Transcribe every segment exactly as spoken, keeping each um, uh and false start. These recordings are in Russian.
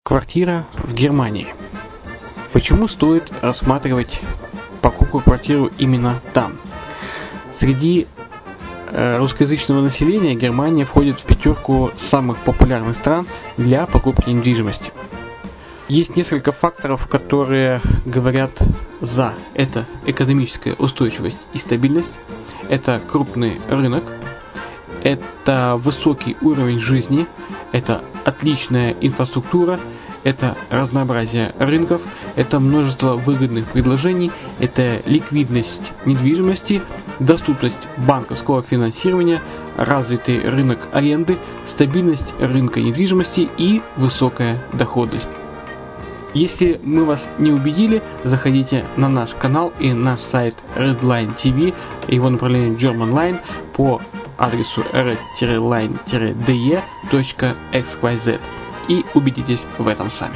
Квартира в Германии. Почему стоит рассматривать покупку квартиры именно там? Среди э, русскоязычного населения Германия входит в пятерку самых популярных стран для покупки недвижимости. Есть несколько факторов, которые говорят за. Это экономическая устойчивость и стабильность, это крупный рынок, это высокий уровень жизни, это отличная инфраструктура, это разнообразие рынков, это множество выгодных предложений, это ликвидность недвижимости, доступность банковского финансирования, развитый рынок аренды, стабильность рынка недвижимости и высокая доходность. Если мы вас не убедили, заходите на наш канал и наш сайт Redline ти ви, его направление Germanline по адресу red line d e точка x y z и убедитесь в этом сами.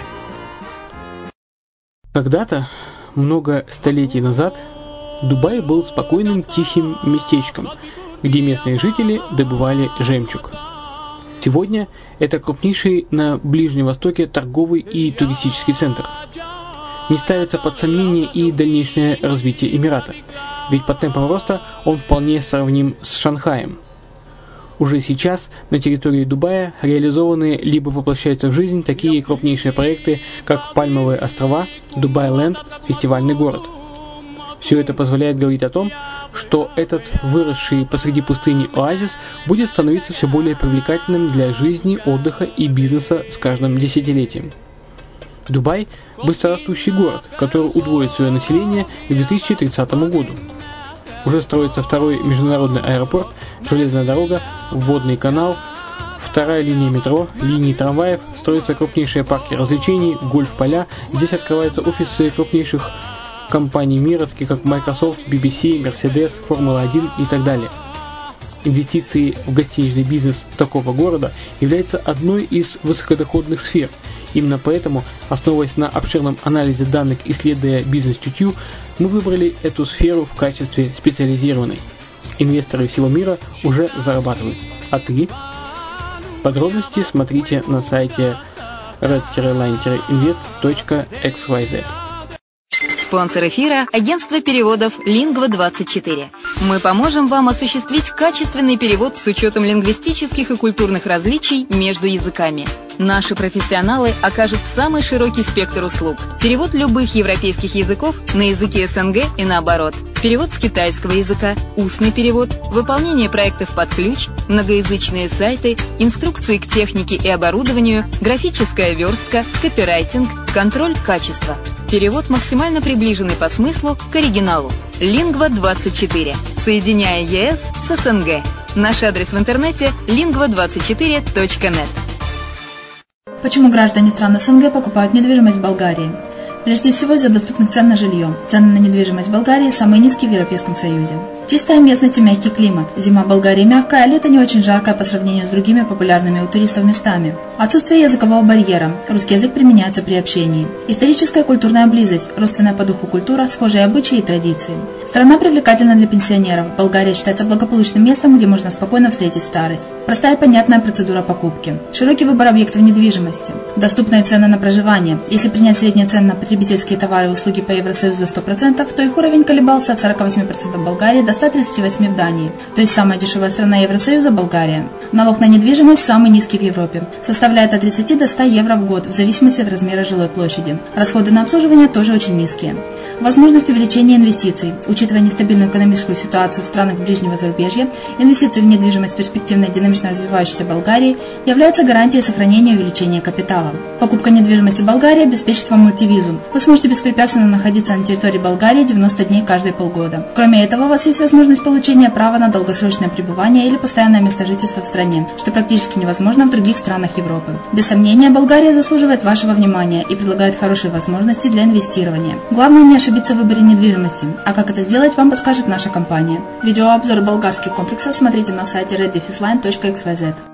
Когда-то, много столетий назад, Дубай был спокойным тихим местечком, где местные жители добывали жемчуг. Сегодня это крупнейший на Ближнем Востоке торговый и туристический центр. Не ставится под сомнение и дальнейшее развитие Эмирата, ведь по темпам роста он вполне сравним с Шанхаем. Уже сейчас на территории Дубая реализованы либо воплощаются в жизнь такие крупнейшие проекты, как Пальмовые острова, Дубай-Ленд, фестивальный город. Все это позволяет говорить о том, что этот выросший посреди пустыни оазис будет становиться все более привлекательным для жизни, отдыха и бизнеса с каждым десятилетием. Дубай – быстрорастущий город, который удвоит свое население к две тысячи тридцатому году. Уже строится второй международный аэропорт, железная дорога, водный канал, вторая линия метро, линии трамваев, строятся крупнейшие парки развлечений, гольф-поля. Здесь открываются офисы крупнейших компаний мира, таких как Microsoft, би би си, Mercedes, Формула один и так далее. Инвестиции в гостиничный бизнес такого города являются одной из высокодоходных сфер. Именно поэтому, основываясь на обширном анализе данных, исследуя бизнес-чутью, мы выбрали эту сферу в качестве специализированной. Инвесторы всего мира уже зарабатывают. А ты? Подробности смотрите на сайте red line invest точка x y z. Спонсор эфира – агентство переводов лингва двадцать четыре. Мы поможем вам осуществить качественный перевод с учетом лингвистических и культурных различий между языками. Наши профессионалы окажут самый широкий спектр услуг. Перевод любых европейских языков на языки эс эн гэ и наоборот. Перевод с китайского языка, устный перевод, выполнение проектов под ключ, многоязычные сайты, инструкции к технике и оборудованию, графическая верстка, копирайтинг, контроль качества. Перевод максимально приближенный по смыслу к оригиналу. лингва двадцать четыре. Соединяя е эс с эс эн гэ. Наш адрес в интернете лингва двадцать четыре точка нет. Почему граждане стран эс эн гэ покупают недвижимость в Болгарии? Прежде всего из-за доступных цен на жилье. Цены на недвижимость в Болгарии самые низкие в Европейском Союзе. Чистая местность и мягкий климат. Зима в Болгарии мягкая, а лето не очень жаркое по сравнению с другими популярными у туристов местами. Отсутствие языкового барьера. Русский язык применяется при общении. Историческая и культурная близость. Родственная по духу культура, схожие обычаи и традиции. Страна привлекательна для пенсионеров. Болгария считается благополучным местом, где можно спокойно встретить старость. Простая и понятная процедура покупки. Широкий выбор объектов недвижимости. Доступные цены на проживание. Если принять средние цены на потребительские товары и услуги по Евросоюзу за сто процентов, то их уровень колебался от сорок восемь процентов в Болгарии до ста тридцати восьми процентов в Дании. То есть самая дешевая страна Евросоюза – Болгария. Налог на недвижимость самый низкий в Европе. Составляет от тридцати до ста евро в год, в зависимости от размера жилой площади. Расходы на обслуживание тоже очень низкие. Возможность увеличения инвестиций. Учитывая нестабильную экономическую ситуацию в странах ближнего зарубежья, инвестиции в недвижимость в перспективной динамично развивающейся Болгарии являются гарантией сохранения и увеличения капитала. Покупка недвижимости в Болгарии обеспечит вам мультивизу. Вы сможете беспрепятственно находиться на территории Болгарии девяносто дней каждые полгода. Кроме этого, у вас есть возможность получения права на долгосрочное пребывание или постоянное место жительства в стране, что практически невозможно в других странах Европы. Без сомнения, Болгария заслуживает вашего внимания и предлагает хорошие возможности для инвестирования. Главное не ошибиться в выборе недвижимости, а как это сделать, вам подскажет наша компания. Видеообзор болгарских комплексов смотрите на сайте red line точка x y z.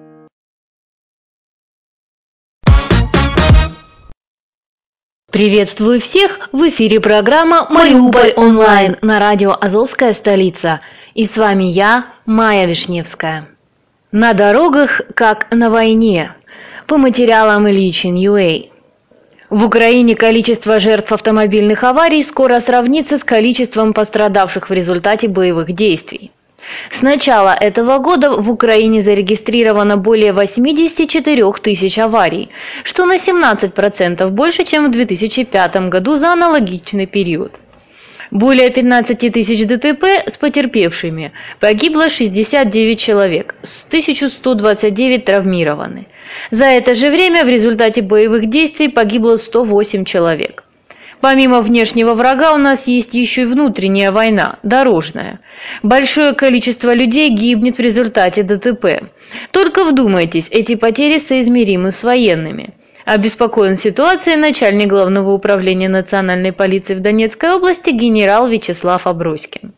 Приветствую всех! В эфире программа «Мариуполь онлайн» на радио «Азовская столица». И с вами я, Майя Вишневская. На дорогах, как на войне. По материалам Ильич точка ю а. В Украине количество жертв автомобильных аварий скоро сравнится с количеством пострадавших в результате боевых действий. С начала этого года в Украине зарегистрировано более восемьдесят четыре тысяч аварий, что на семнадцать процентов больше, чем в две тысячи пятом году за аналогичный период. Более пятнадцати тысяч ДТП с потерпевшими, погибло шестьдесят девять человек, тысяча сто двадцать девять травмированы. За это же время в результате боевых действий погибло сто восемь человек. Помимо внешнего врага у нас есть еще и внутренняя война, дорожная. Большое количество людей гибнет в результате ДТП. Только вдумайтесь, эти потери соизмеримы с военными. Обеспокоен ситуацией начальник Главного управления национальной полиции в Донецкой области генерал Вячеслав Аброськин.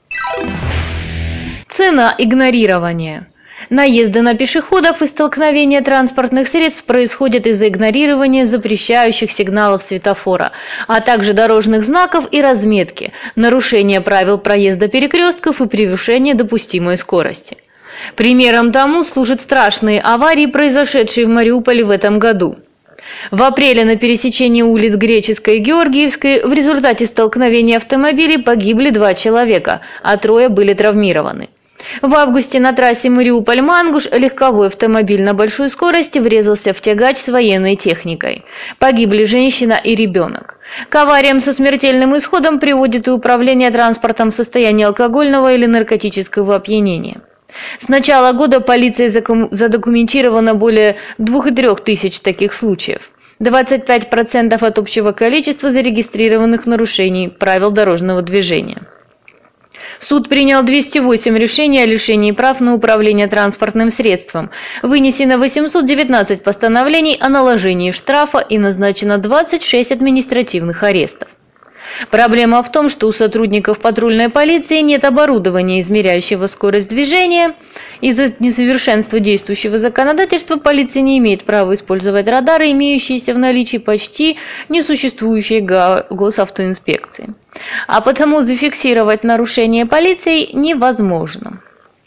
Цена игнорирования. Наезды на пешеходов и столкновения транспортных средств происходят из-за игнорирования запрещающих сигналов светофора, а также дорожных знаков и разметки, нарушения правил проезда перекрестков и превышения допустимой скорости. Примером тому служат страшные аварии, произошедшие в Мариуполе в этом году. В апреле на пересечении улиц Греческой и Георгиевской в результате столкновения автомобилей погибли два человека, а трое были травмированы. В августе на трассе Мариуполь-Мангуш легковой автомобиль на большой скорости врезался в тягач с военной техникой. Погибли женщина и ребенок. К авариям со смертельным исходом приводит и управление транспортом в состоянии алкогольного или наркотического опьянения. С начала года полицией задокументировано более двух и трёх тысяч таких случаев. двадцать пять процентов от общего количества зарегистрированных нарушений правил дорожного движения. Суд принял двести восемь решений о лишении прав на управление транспортным средством, вынесено восемьсот девятнадцать постановлений о наложении штрафа и назначено двадцать шесть административных арестов. Проблема в том, что у сотрудников патрульной полиции нет оборудования, измеряющего скорость движения. Из-за несовершенства действующего законодательства полиция не имеет права использовать радары, имеющиеся в наличии почти несуществующей госавтоинспекции. А потому зафиксировать нарушение полицией невозможно.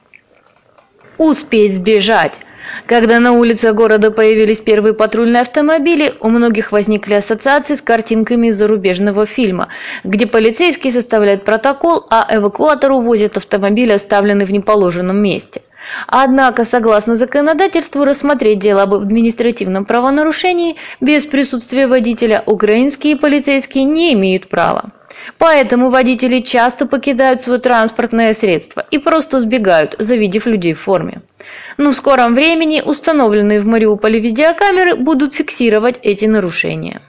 Успеть сбежать. Когда на улицах города появились первые патрульные автомобили, у многих возникли ассоциации с картинками из зарубежного фильма, где полицейские составляют протокол, а эвакуатор увозит автомобиль, оставленный в неположенном месте. Однако, согласно законодательству, рассмотреть дело об административном правонарушении без присутствия водителя украинские полицейские не имеют права. Поэтому водители часто покидают свое транспортное средство и просто сбегают, завидев людей в форме. Но в скором времени установленные в Мариуполе видеокамеры будут фиксировать эти нарушения.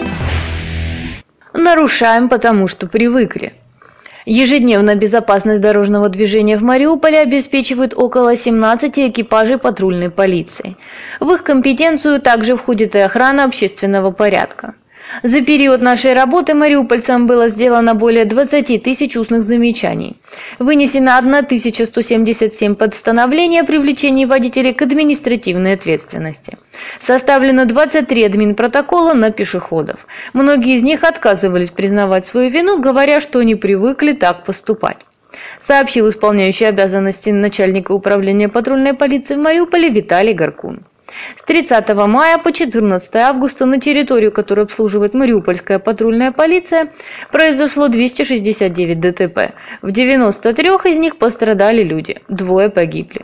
Нарушаем, потому что привыкли. Ежедневно безопасность дорожного движения в Мариуполе обеспечивают около семнадцати экипажей патрульной полиции. В их компетенцию также входит и охрана общественного порядка. За период нашей работы мариупольцам было сделано более двадцати тысяч устных замечаний. Вынесено тысяча сто семьдесят семь постановлений о привлечении водителей к административной ответственности. Составлено двадцать три админпротокола на пешеходов. Многие из них отказывались признавать свою вину, говоря, что не привыкли так поступать. Сообщил исполняющий обязанности начальника управления патрульной полиции в Мариуполе Виталий Горкун. С тридцатого мая по четырнадцатое августа на территорию, которую обслуживает Мариупольская патрульная полиция, произошло двести шестьдесят девять ДТП. В девяноста трёх из них пострадали люди, двое погибли.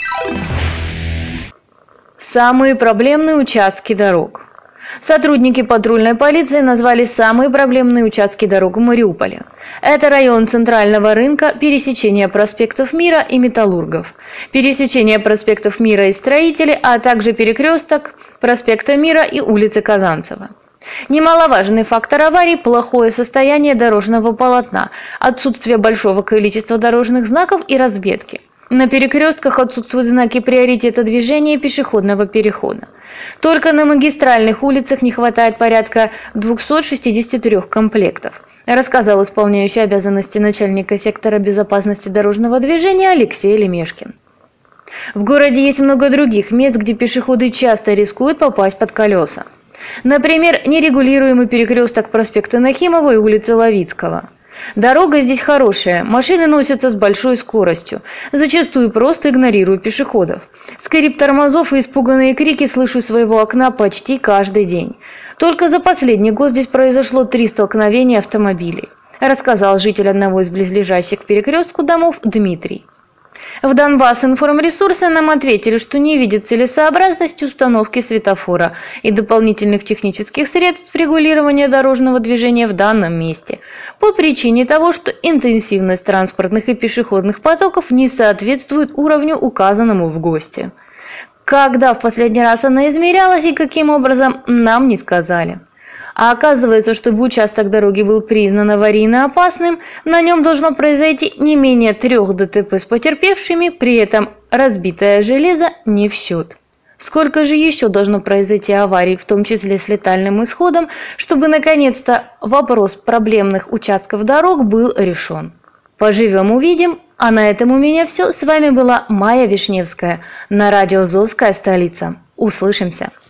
Самые проблемные участки дорог. Сотрудники патрульной полиции назвали самые проблемные участки дорог в Мариуполе. Это район Центрального рынка, пересечение проспектов Мира и Металлургов, пересечение проспектов Мира и Строителей, а также перекресток проспекта Мира и улицы Казанцева. Немаловажный фактор аварий – плохое состояние дорожного полотна, отсутствие большого количества дорожных знаков и разметки. На перекрестках отсутствуют знаки приоритета движения и пешеходного перехода. Только на магистральных улицах не хватает порядка двухсот шестидесяти трёх комплектов, рассказал исполняющий обязанности начальника сектора безопасности дорожного движения Алексей Лемешкин. В городе есть много других мест, где пешеходы часто рискуют попасть под колеса. Например, нерегулируемый перекресток проспекта Нахимова и улицы Ловицкого. Дорога здесь хорошая, машины носятся с большой скоростью, зачастую просто игнорируя пешеходов. Скрип тормозов и испуганные крики слышу у своего окна почти каждый день. Только за последний год здесь произошло три столкновения автомобилей, рассказал житель одного из близлежащих к перекрестку домов Дмитрий. В Донбасс информресурсы нам ответили, что не видят целесообразности установки светофора и дополнительных технических средств регулирования дорожного движения в данном месте, по причине того, что интенсивность транспортных и пешеходных потоков не соответствует уровню, указанному в ГОСТе. Когда в последний раз она измерялась и каким образом, нам не сказали. А оказывается, чтобы участок дороги был признан аварийно опасным, на нем должно произойти не менее трех ДТП с потерпевшими, при этом разбитое железо не в счет. Сколько же еще должно произойти аварий, в том числе с летальным исходом, чтобы наконец-то вопрос проблемных участков дорог был решен? Поживем, увидим. А на этом у меня все. С вами была Майя Вишневская на радио «Азовская столица». Услышимся.